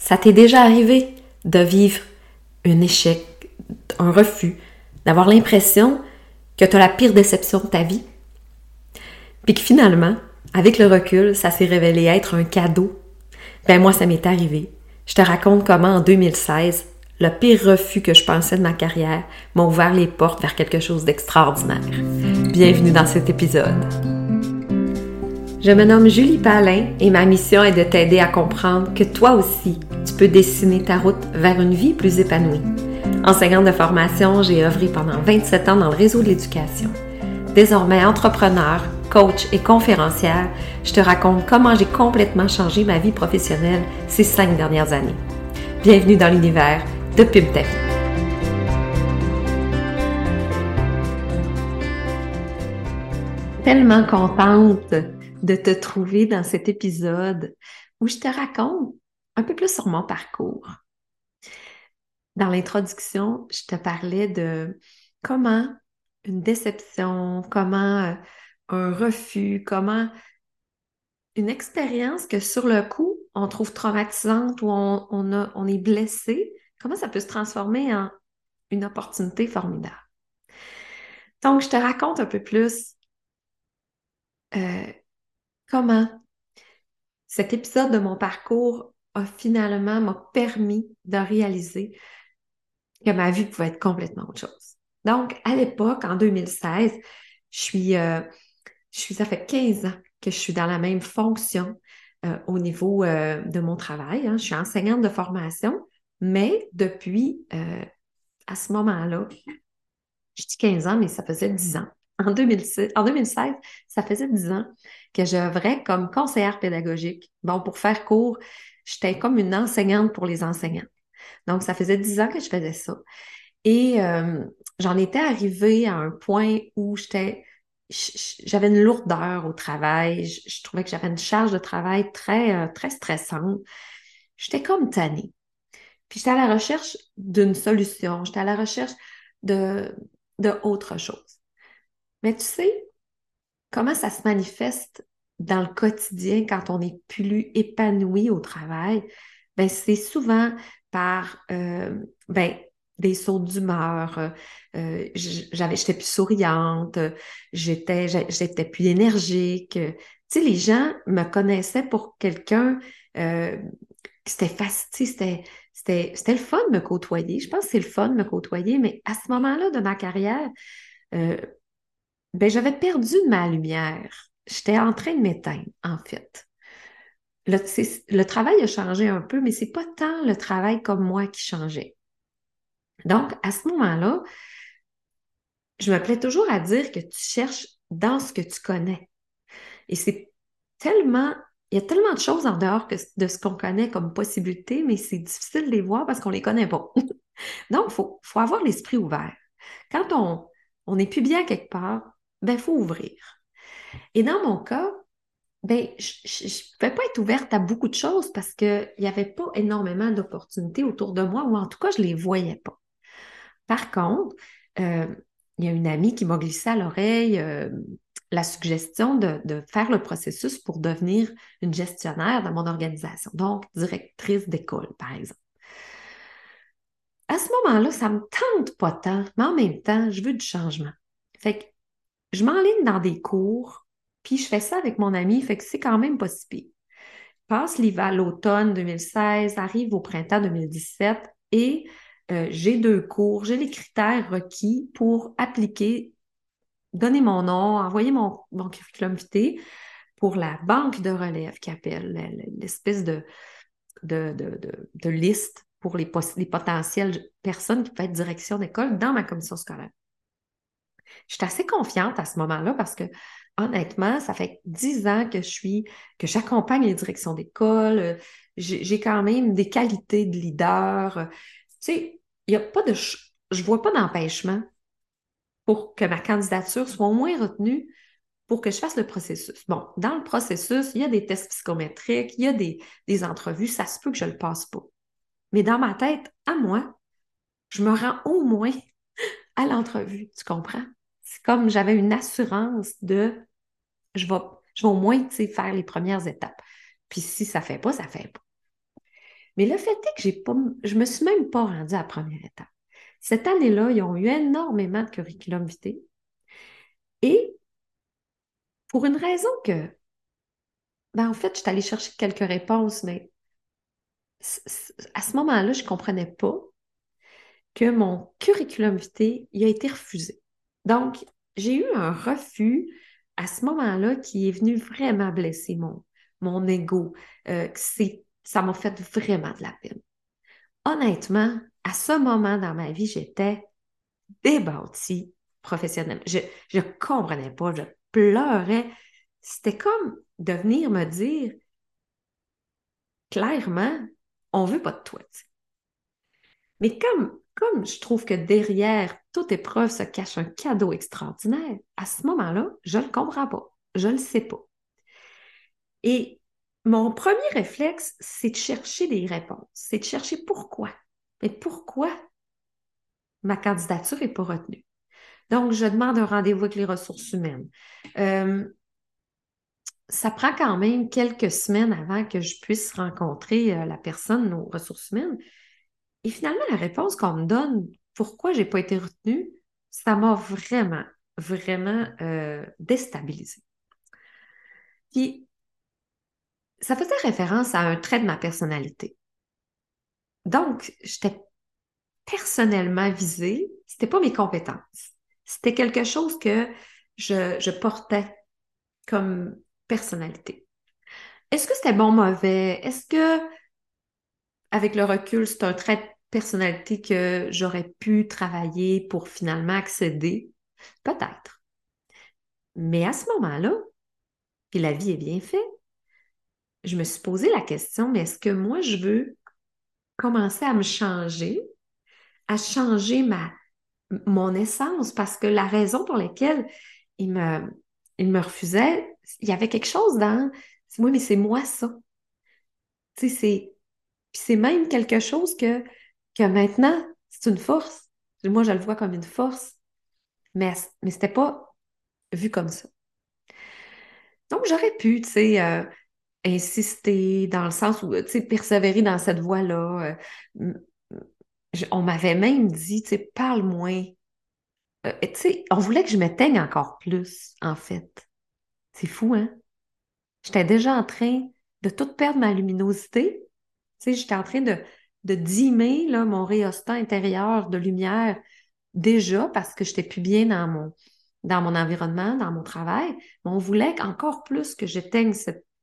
Ça t'est déjà arrivé de vivre un échec, un refus, d'avoir l'impression que tu as la pire déception de ta vie? Puis que finalement, avec le recul, ça s'est révélé être un cadeau. Ben moi, ça m'est arrivé. Je te raconte comment en 2016, le pire refus que je pensais de ma carrière m'a ouvert les portes vers quelque chose d'extraordinaire. Bienvenue dans cet épisode. Je me nomme Julie Palin et ma mission est de t'aider à comprendre que toi aussi, tu peux dessiner ta route vers une vie plus épanouie. Enseignante de formation, j'ai œuvré pendant 27 ans dans le réseau de l'éducation. Désormais entrepreneur, coach et conférencière, je te raconte comment j'ai complètement changé ma vie professionnelle ces 5 dernières années. Bienvenue dans l'univers de Pimp ta vie. Tellement contente de te trouver dans cet épisode où je te raconte un peu plus sur mon parcours. Dans l'introduction, je te parlais de comment une déception, comment un refus, comment une expérience que sur le coup, on trouve traumatisante ou on est blessé, comment ça peut se transformer en une opportunité formidable. Donc, je te raconte un peu plus comment cet épisode de mon parcours a finalement m'a permis de réaliser que ma vie pouvait être complètement autre chose. Donc, à l'époque, en 2016, ça fait 15 ans que je suis dans la même fonction au niveau de mon travail. Je suis enseignante de formation, mais depuis, à ce moment-là, je dis 15 ans, mais ça faisait 10 ans. En 2016, ça faisait 10 ans que j'œuvrais comme conseillère pédagogique. Bon, pour faire court, j'étais comme une enseignante pour les enseignants. Donc, ça faisait 10 ans que je faisais ça. Et j'en étais arrivée à un point où j'avais une lourdeur au travail. Je trouvais que j'avais une charge de travail très stressante. J'étais comme tannée. Puis j'étais à la recherche d'une solution. J'étais à la recherche de, de autre chose. Mais tu sais, comment ça se manifeste dans le quotidien quand on n'est plus épanoui au travail? Ben, c'est souvent par des sauts d'humeur. J'étais plus souriante, j'étais plus énergique. Tu sais, les gens me connaissaient pour quelqu'un euh, qui c'était facile, c'était le fun de me côtoyer. Je pense que c'est le fun de me côtoyer, mais à ce moment-là de ma carrière, euh, j'avais perdu de ma lumière. J'étais en train de m'éteindre, en fait. Le travail a changé un peu, mais c'est pas tant le travail comme moi qui changeait. Donc, à ce moment-là, je me plais toujours à dire que tu cherches dans ce que tu connais. Et tellement, il y a tellement de choses en dehors de ce qu'on connaît comme possibilité, mais c'est difficile de les voir parce qu'on les connaît pas. Donc, faut avoir l'esprit ouvert. Quand on n'est plus bien quelque part, il faut ouvrir. Et dans mon cas, je ne pouvais pas être ouverte à beaucoup de choses parce qu'il n'y avait pas énormément d'opportunités autour de moi, ou en tout cas, je ne les voyais pas. Par contre, euh, il y a une amie qui m'a glissé à l'oreille la suggestion de faire le processus pour devenir une gestionnaire dans mon organisation, donc directrice d'école, par exemple. À ce moment-là, ça ne me tente pas tant, mais en même temps, je veux du changement. Fait que je m'enligne dans des cours, puis je fais ça avec mon ami, fait que c'est quand même pas si pire. Passe l'hiver, l'automne 2016, arrive au printemps 2017 et j'ai 2 cours, j'ai les critères requis pour appliquer, donner mon nom, envoyer mon curriculum vitae pour la banque de relève qui appelle l'espèce de liste pour les potentielles personnes qui peuvent être direction d'école dans ma commission scolaire. Je suis assez confiante à ce moment-là parce que, honnêtement, ça fait 10 ans que j'accompagne les directions d'école. J'ai quand même des qualités de leader. Tu sais, il y a pas je vois pas d'empêchement pour que ma candidature soit au moins retenue pour que je fasse le processus. Bon, dans le processus, il y a des tests psychométriques, il y a des entrevues, ça se peut que je le passe pas. Mais dans ma tête, à moi, je me rends au moins à l'entrevue, tu comprends? C'est comme j'avais une assurance de je vais, je vais au moins, tu sais, faire les premières étapes. Puis si ça fait pas, ça fait pas. Mais le fait est que je me suis même pas rendue à la première étape. Cette année-là, ils ont eu énormément de curriculum vitae. Et pour une raison que, ben en fait, je suis allée chercher quelques réponses, mais à ce moment-là, je ne comprenais pas que mon curriculum vitae, il a été refusé. Donc, j'ai eu un refus à ce moment-là qui est venu vraiment blesser mon ego. Ça m'a fait vraiment de la peine. Honnêtement, à ce moment dans ma vie, j'étais débattie professionnellement. Je ne comprenais pas, je pleurais. C'était comme de venir me dire clairement, on veut pas de toi. Tu sais. Mais comme je trouve que derrière toute épreuve se cache un cadeau extraordinaire, à ce moment-là, je ne le comprends pas. Je ne le sais pas. Et mon premier réflexe, c'est de chercher des réponses. C'est de chercher pourquoi. Mais pourquoi ma candidature n'est pas retenue? Donc, je demande un rendez-vous avec les ressources humaines. Euh, Ça prend quand même quelques semaines avant que je puisse rencontrer la personne aux ressources humaines. Et finalement, la réponse qu'on me donne, pourquoi je n'ai pas été retenue, ça m'a vraiment, vraiment déstabilisée. Puis, ça faisait référence à un trait de ma personnalité. Donc, j'étais personnellement visée, c'était pas mes compétences. C'était quelque chose que je portais comme personnalité. Est-ce que c'était bon, mauvais? Est-ce que, avec le recul, c'est un trait de personnalité que j'aurais pu travailler pour finalement accéder? Peut-être. Mais à ce moment-là, puis la vie est bien faite, je me suis posé la question, mais est-ce que moi, je veux commencer à me changer, à changer mon essence? Parce que la raison pour laquelle il me, il me refusait, il y avait quelque chose dans, oui, mais c'est moi ça. Tu sais, puis c'est même quelque chose que maintenant, c'est une force. Moi, je le vois comme une force, mais c'était pas vu comme ça. Donc, j'aurais pu, tu sais, insister dans le sens où, tu sais, persévérer dans cette voie-là. M- on m'avait même dit, tu sais, parle moins. Tu sais, on voulait que je m'éteigne encore plus, en fait. C'est fou, hein? J'étais déjà en train de tout perdre ma luminosité. Tu sais, j'étais en train de dimmer, là, mon rhéostat intérieur de lumière déjà parce que j'étais plus bien dans mon environnement, dans mon travail. Mais on voulait encore plus que j'éteigne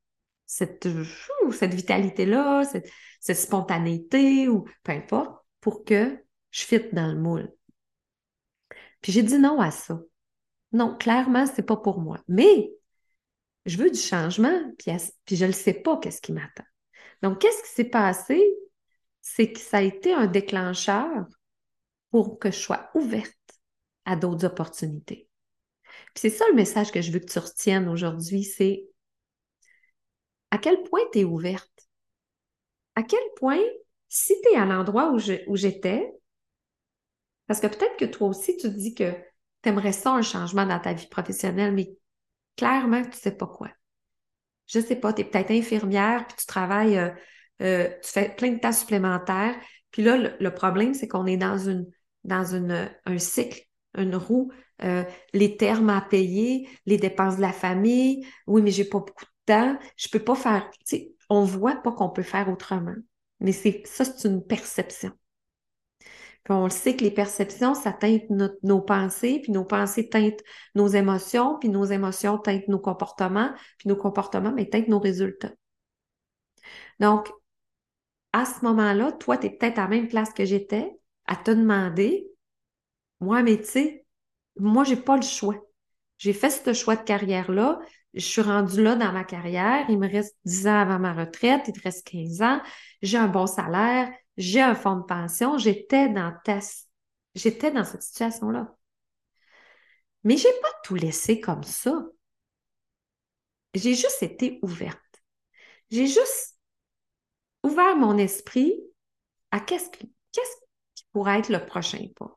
cette vitalité-là, cette spontanéité ou peu importe, pour que je fitte dans le moule. Puis j'ai dit non à ça. Non, clairement, c'est pas pour moi. Mais je veux du changement, puis je ne sais pas qu'est-ce qui m'attend. Donc, qu'est-ce qui s'est passé? C'est que ça a été un déclencheur pour que je sois ouverte à d'autres opportunités. Puis c'est ça le message que je veux que tu retiennes aujourd'hui, c'est à quel point tu es ouverte. À quel point, si tu es à l'endroit où j'étais, parce que peut-être que toi aussi, tu te dis que tu aimerais ça, un changement dans ta vie professionnelle, mais clairement, tu ne sais pas quoi. Je ne sais pas, tu es peut-être infirmière, puis tu travailles, tu fais plein de tâches supplémentaires. Puis là, le problème, c'est qu'on est un cycle, une roue, les termes à payer, les dépenses de la famille. Oui, mais j'ai pas beaucoup de temps. Je peux pas faire. Tu sais, on voit pas qu'on peut faire autrement. Mais c'est une perception. Puis on le sait que les perceptions, ça teinte nos pensées, puis nos pensées teintent nos émotions, puis nos émotions teintent nos comportements, puis nos comportements, mais teintent nos résultats. Donc, à ce moment-là, toi, tu es peut-être à la même place que j'étais, à te demander, moi, mais tu sais, moi, j'ai pas le choix. J'ai fait ce choix de carrière-là. Je suis rendue là dans ma carrière. Il me reste 10 ans avant ma retraite. Il te reste 15 ans. J'ai un bon salaire. J'ai un fonds de pension. J'étais dans cette situation-là. Mais j'ai pas tout laissé comme ça. J'ai juste été ouverte. J'ai juste ouvert mon esprit à qu'est-ce qui pourrait être le prochain pas.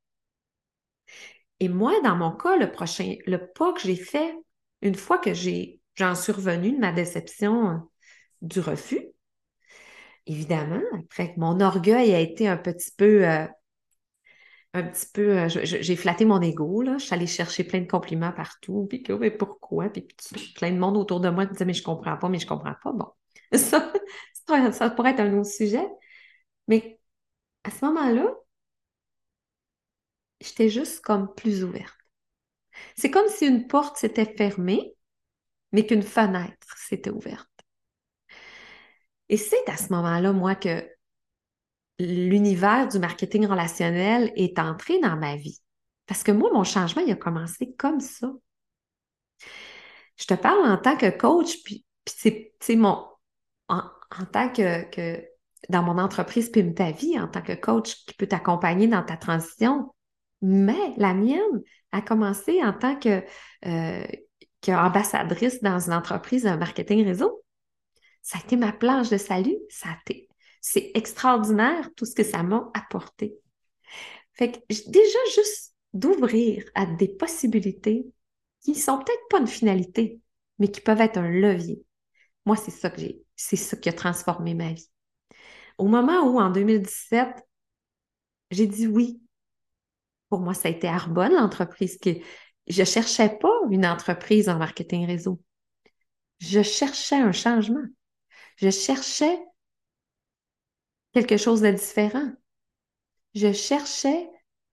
Et moi, dans mon cas, le pas que j'ai fait, une fois que j'en suis revenue de ma déception du refus, évidemment, après que mon orgueil a été j'ai flatté mon ego, là. Je suis allée chercher plein de compliments partout, puis que, mais pourquoi? Puis plein de monde autour de moi me disait, mais je comprends pas, mais je comprends pas. Bon, ça, ça pourrait être un autre sujet. Mais à ce moment-là, j'étais juste comme plus ouverte. C'est comme si une porte s'était fermée, mais qu'une fenêtre s'était ouverte. Et c'est à ce moment-là, moi, que l'univers du marketing relationnel est entré dans ma vie. Parce que moi, mon changement, il a commencé comme ça. Je te parle en tant que coach, puis c'est en tant que dans mon entreprise, puis ta vie, en tant que coach qui peut t'accompagner dans ta transition. Mais la mienne a commencé en tant euh, qu'ambassadrice dans une entreprise de marketing réseau. Ça a été ma planche de salut. C'est extraordinaire tout ce que ça m'a apporté. Fait que déjà, juste d'ouvrir à des possibilités qui sont peut-être pas une finalité, mais qui peuvent être un levier. Moi, c'est ça qui a transformé ma vie. Au moment où, en 2017, j'ai dit oui, pour moi, ça a été Arbonne, l'entreprise que je cherchais pas une entreprise en marketing réseau. Je cherchais un changement. Je cherchais quelque chose de différent. Je cherchais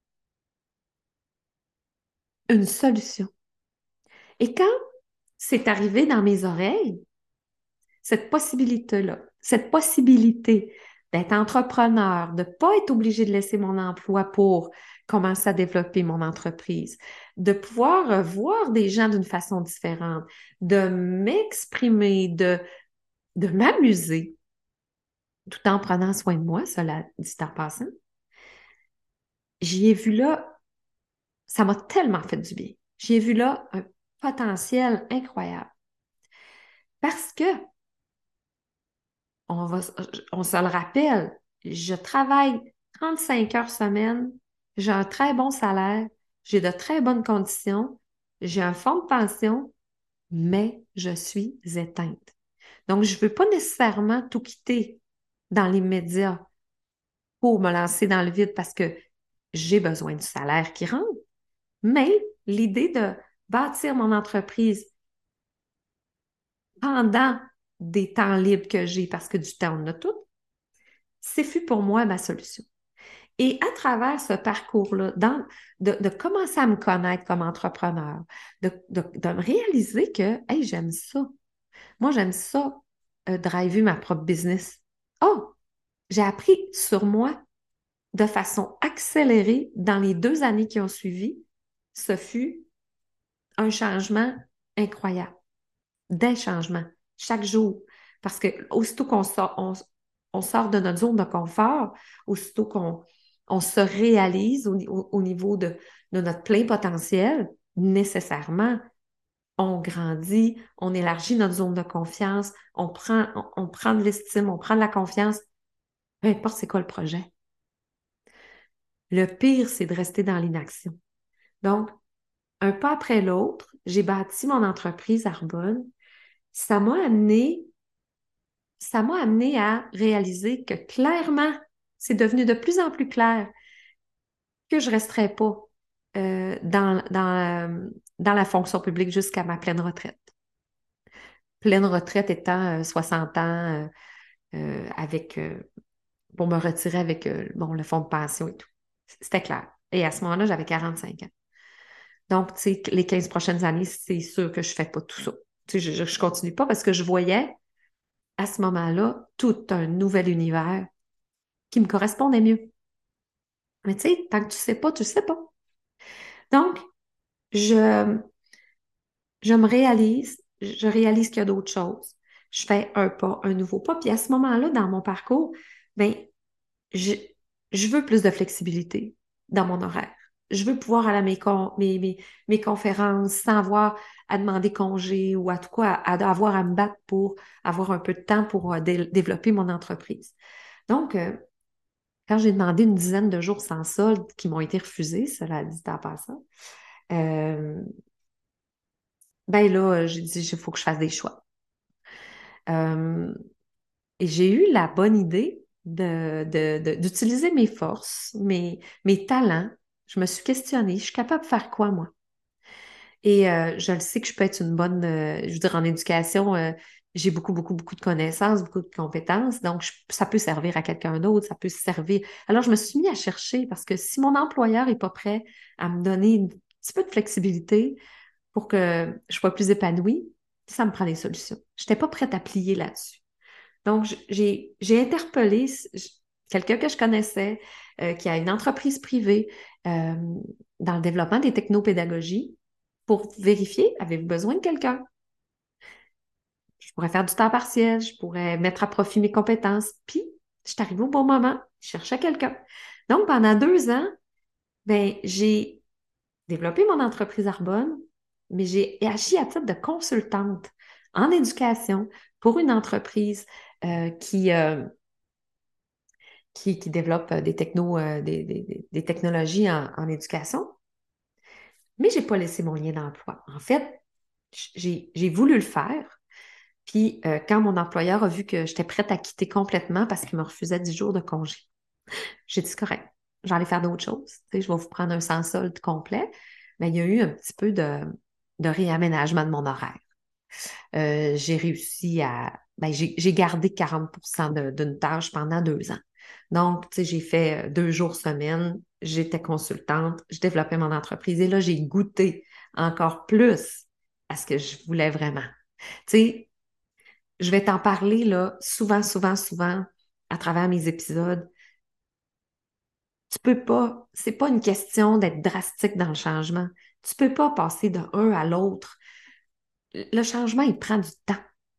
une solution. Et quand c'est arrivé dans mes oreilles, cette possibilité d'être entrepreneur, de ne pas être obligé de laisser mon emploi pour commencer à développer mon entreprise, de pouvoir voir des gens d'une façon différente, de m'exprimer, de m'amuser, tout en prenant soin de moi, cela dit en passant, j'y ai vu là, ça m'a tellement fait du bien. J'y ai vu là un potentiel incroyable. Parce que on va, on se le rappelle, je travaille 35 heures semaine, j'ai un très bon salaire, j'ai de très bonnes conditions, j'ai un fonds de pension, mais je suis éteinte. Donc, je ne veux pas nécessairement tout quitter dans l'immédiat pour me lancer dans le vide parce que j'ai besoin du salaire qui rentre. Mais l'idée de bâtir mon entreprise pendant des temps libres que j'ai, parce que du temps, on a tout, c'est fut pour moi ma solution. Et à travers ce parcours-là, de commencer à me connaître comme entrepreneur, de me réaliser que, hey, j'aime ça. Moi, j'aime ça, driver ma propre business. Oh, j'ai appris sur moi de façon accélérée dans les 2 années qui ont suivi. Ce fut un changement incroyable, des changements, chaque jour. Parce que aussitôt on sort de notre zone de confort, aussitôt qu'on se réalise au niveau de notre plein potentiel, nécessairement, on grandit, on élargit notre zone de confiance, on prend de l'estime, on prend de la confiance, peu importe c'est quoi le projet. Le pire, c'est de rester dans l'inaction. Donc, un pas après l'autre, j'ai bâti mon entreprise Arbonne. Ça m'a amené ça m'a amené à réaliser que clairement, c'est devenu de plus en plus clair que je ne resterai pas dans la fonction publique jusqu'à ma pleine retraite. Pleine retraite étant 60 ans pour me retirer avec bon, le fonds de pension et tout. C'était clair. Et à ce moment-là, j'avais 45 ans. Donc, tu sais, les 15 prochaines années, c'est sûr que je ne fais pas tout ça. Tu sais, je continue pas parce que je voyais à ce moment-là tout un nouvel univers qui me correspondait mieux. Mais tu sais, tant que tu sais pas, tu sais pas. Donc, je, je réalise qu'il y a d'autres choses. Je fais un pas, un nouveau pas. Puis à ce moment-là, dans mon parcours, ben, je, je veux plus de flexibilité dans mon horaire. Je veux pouvoir aller à mes conférences sans avoir à demander congé ou à tout quoi, avoir à me battre pour avoir un peu de temps pour développer mon entreprise. Donc, quand j'ai demandé une dizaine de jours sans solde qui m'ont été refusés, cela dit en passant, euh, ben là, j'ai dit, il faut que je fasse des choix. Euh, Et j'ai eu la bonne idée d'utiliser mes forces, mes talents. Je me suis questionnée, je suis capable de faire quoi, moi? Et je le sais que je peux être une bonne, je veux dire, en éducation, j'ai beaucoup de connaissances, beaucoup de compétences, donc ça peut servir à quelqu'un d'autre, ça peut servir. Alors, je me suis mis à chercher parce que si mon employeur n'est pas prêt à me donner un petit peu de flexibilité pour que je sois plus épanouie, ça me prend des solutions. Je n'étais pas prête à plier là-dessus. Donc, j'ai interpellé quelqu'un que je connaissais, qui a une entreprise privée euh, dans le développement des technopédagogies pour vérifier, avez-vous besoin de quelqu'un? Je pourrais faire du temps partiel, je pourrais mettre à profit mes compétences. Puis, je suis arrivée au bon moment, je cherchais quelqu'un. Donc, pendant 2 ans, ben, j'ai développé mon entreprise Arbonne, mais j'ai agi à titre de consultante en éducation pour une entreprise qui développe des technologies en éducation, mais je n'ai pas laissé mon lien d'emploi. En fait, j'ai voulu le faire, puis quand mon employeur a vu que j'étais prête à quitter complètement parce qu'il me refusait 10 jours de congé, j'ai dit, c'est correct, j'allais faire d'autres choses. Tu sais, je vais vous prendre un sans solde complet. Mais il y a eu un petit peu de réaménagement de mon horaire. J'ai réussi j'ai gardé 40% d'une tâche pendant 2 ans. Donc, tu sais, j'ai fait 2 jours semaine, j'étais consultante, je développais mon entreprise et là, j'ai goûté encore plus à ce que je voulais vraiment. Tu sais, je vais t'en parler là souvent à travers mes épisodes. Tu peux pas, c'est pas une question d'être drastique dans le changement. Tu peux pas passer d'un à l'autre. Le changement, il prend du temps.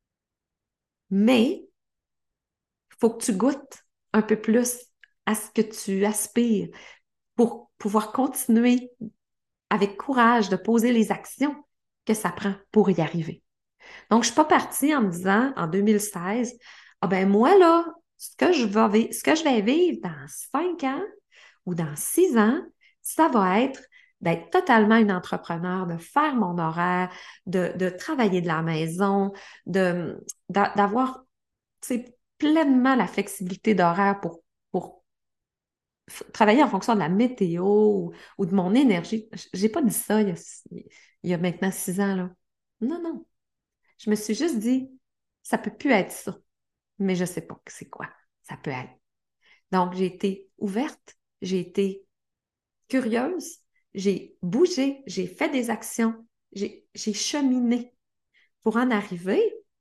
Mais il faut que tu goûtes un peu plus à ce que tu aspires pour pouvoir continuer avec courage de poser les actions que ça prend pour y arriver. Donc, je ne suis pas partie en me disant en 2016, ah ben moi là, ce que je vais vivre dans 5 ans ou dans 6 ans, ça va être d'être totalement une entrepreneur, de faire mon horaire, de travailler de la maison, d'avoir pleinement la flexibilité d'horaire pour travailler en fonction de la météo ou de mon énergie. J'ai pas dit ça il y a maintenant 6 ans, là. Non, non. Je me suis juste dit, ça peut plus être ça, mais je sais pas c'est quoi. Ça peut être. Donc, j'ai été ouverte, j'ai été curieuse, j'ai bougé, j'ai fait des actions, j'ai cheminé pour en arriver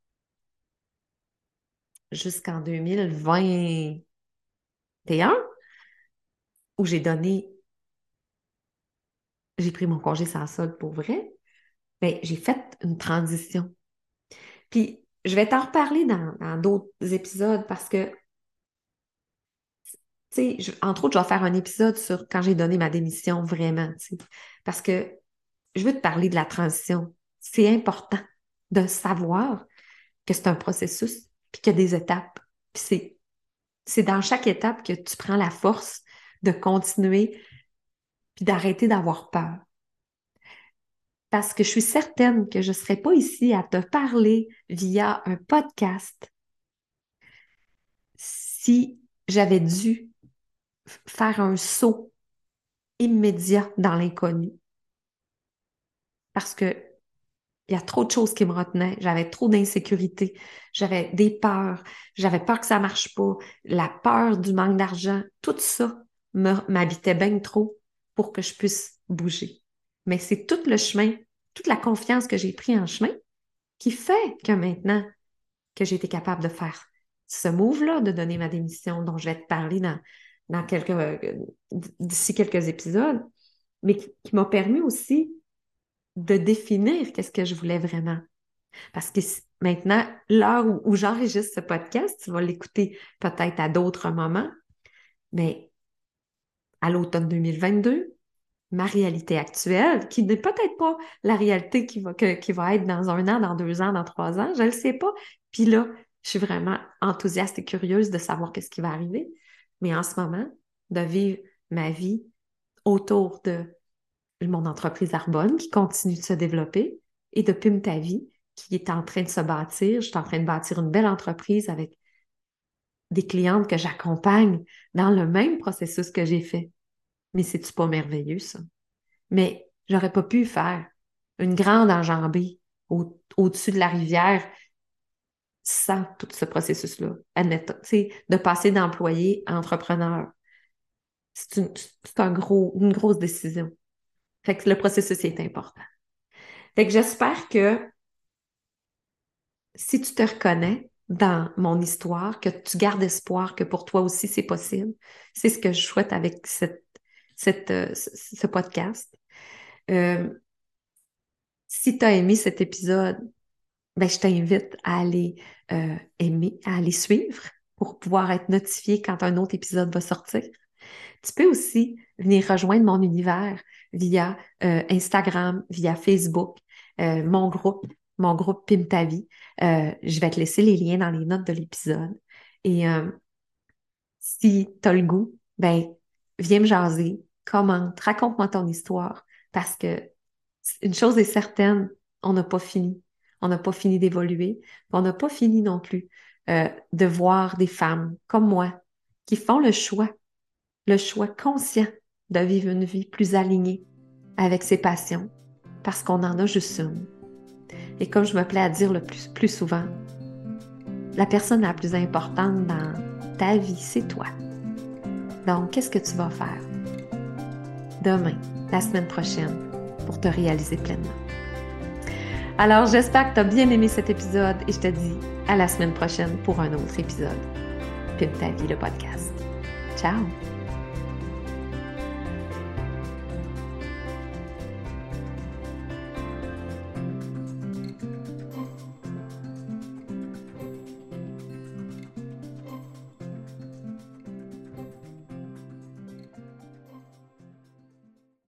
jusqu'en 2021 où j'ai pris mon congé sans solde pour vrai, ben, j'ai fait une transition. Puis, je vais t'en reparler dans d'autres épisodes parce que, tu sais, entre autres, je vais faire un épisode sur quand j'ai donné ma démission vraiment, tu sais, parce que je veux te parler de la transition. C'est important de savoir que c'est un processus, puis qu'il y a des étapes. Puis c'est dans chaque étape que tu prends la force de continuer, puis d'arrêter d'avoir peur. Parce que je suis certaine que je ne serais pas ici à te parler via un podcast si j'avais dû faire un saut immédiat dans l'inconnu. Parce que il y a trop de choses qui me retenaient. J'avais trop d'insécurité. J'avais des peurs. J'avais peur que ça marche pas. La peur du manque d'argent. Tout ça m'habitait bien trop pour que je puisse bouger. Mais c'est tout le chemin, toute la confiance que j'ai pris en chemin qui fait que maintenant que j'ai été capable de faire ce move-là, de donner ma démission dont je vais te parler d'ici quelques épisodes, mais qui m'a permis aussi de définir qu'est-ce que je voulais vraiment. Parce que maintenant, l'heure où j'enregistre ce podcast, tu vas l'écouter peut-être à d'autres moments, mais à l'automne 2022, ma réalité actuelle, qui n'est peut-être pas la réalité qui va être dans 1 an, dans 2 ans, dans 3 ans, je ne le sais pas. Puis là, je suis vraiment enthousiaste et curieuse de savoir qu'est-ce qui va arriver. Mais en ce moment, de vivre ma vie autour de mon entreprise Arbonne qui continue de se développer et de Pim Ta Vie qui est en train de se bâtir. Je suis en train de bâtir une belle entreprise avec des clientes que j'accompagne dans le même processus que j'ai fait. Mais c'est-tu pas merveilleux, ça? Mais j'aurais pas pu faire une grande enjambée au-dessus de la rivière sans tout ce processus-là. Admettons, tu sais, de passer d'employé à entrepreneur. C'est une grosse décision. Fait que le processus est important. Fait que j'espère que si tu te reconnais dans mon histoire, que tu gardes espoir que pour toi aussi c'est possible, c'est ce que je souhaite avec ce podcast. Euh, Si tu as aimé cet épisode, ben, je t'invite à aller aimer, à aller suivre pour pouvoir être notifié quand un autre épisode va sortir. Tu peux aussi venir rejoindre mon univers via Instagram, via Facebook, mon groupe Pim ta vie. Je vais te laisser les liens dans les notes de l'épisode. Et si tu as le goût, ben, viens me jaser, commente, raconte-moi ton histoire parce que une chose est certaine, on n'a pas fini. On n'a pas fini d'évoluer. On n'a pas fini non plus de voir des femmes comme moi qui font le choix conscient de vivre une vie plus alignée avec ses passions parce qu'on en a juste une. Et comme je me plais à dire plus souvent, la personne la plus importante dans ta vie, c'est toi. Donc, qu'est-ce que tu vas faire demain, la semaine prochaine, pour te réaliser pleinement? Alors, j'espère que tu as bien aimé cet épisode et je te dis à la semaine prochaine pour un autre épisode. Pim ta vie, le podcast. Ciao!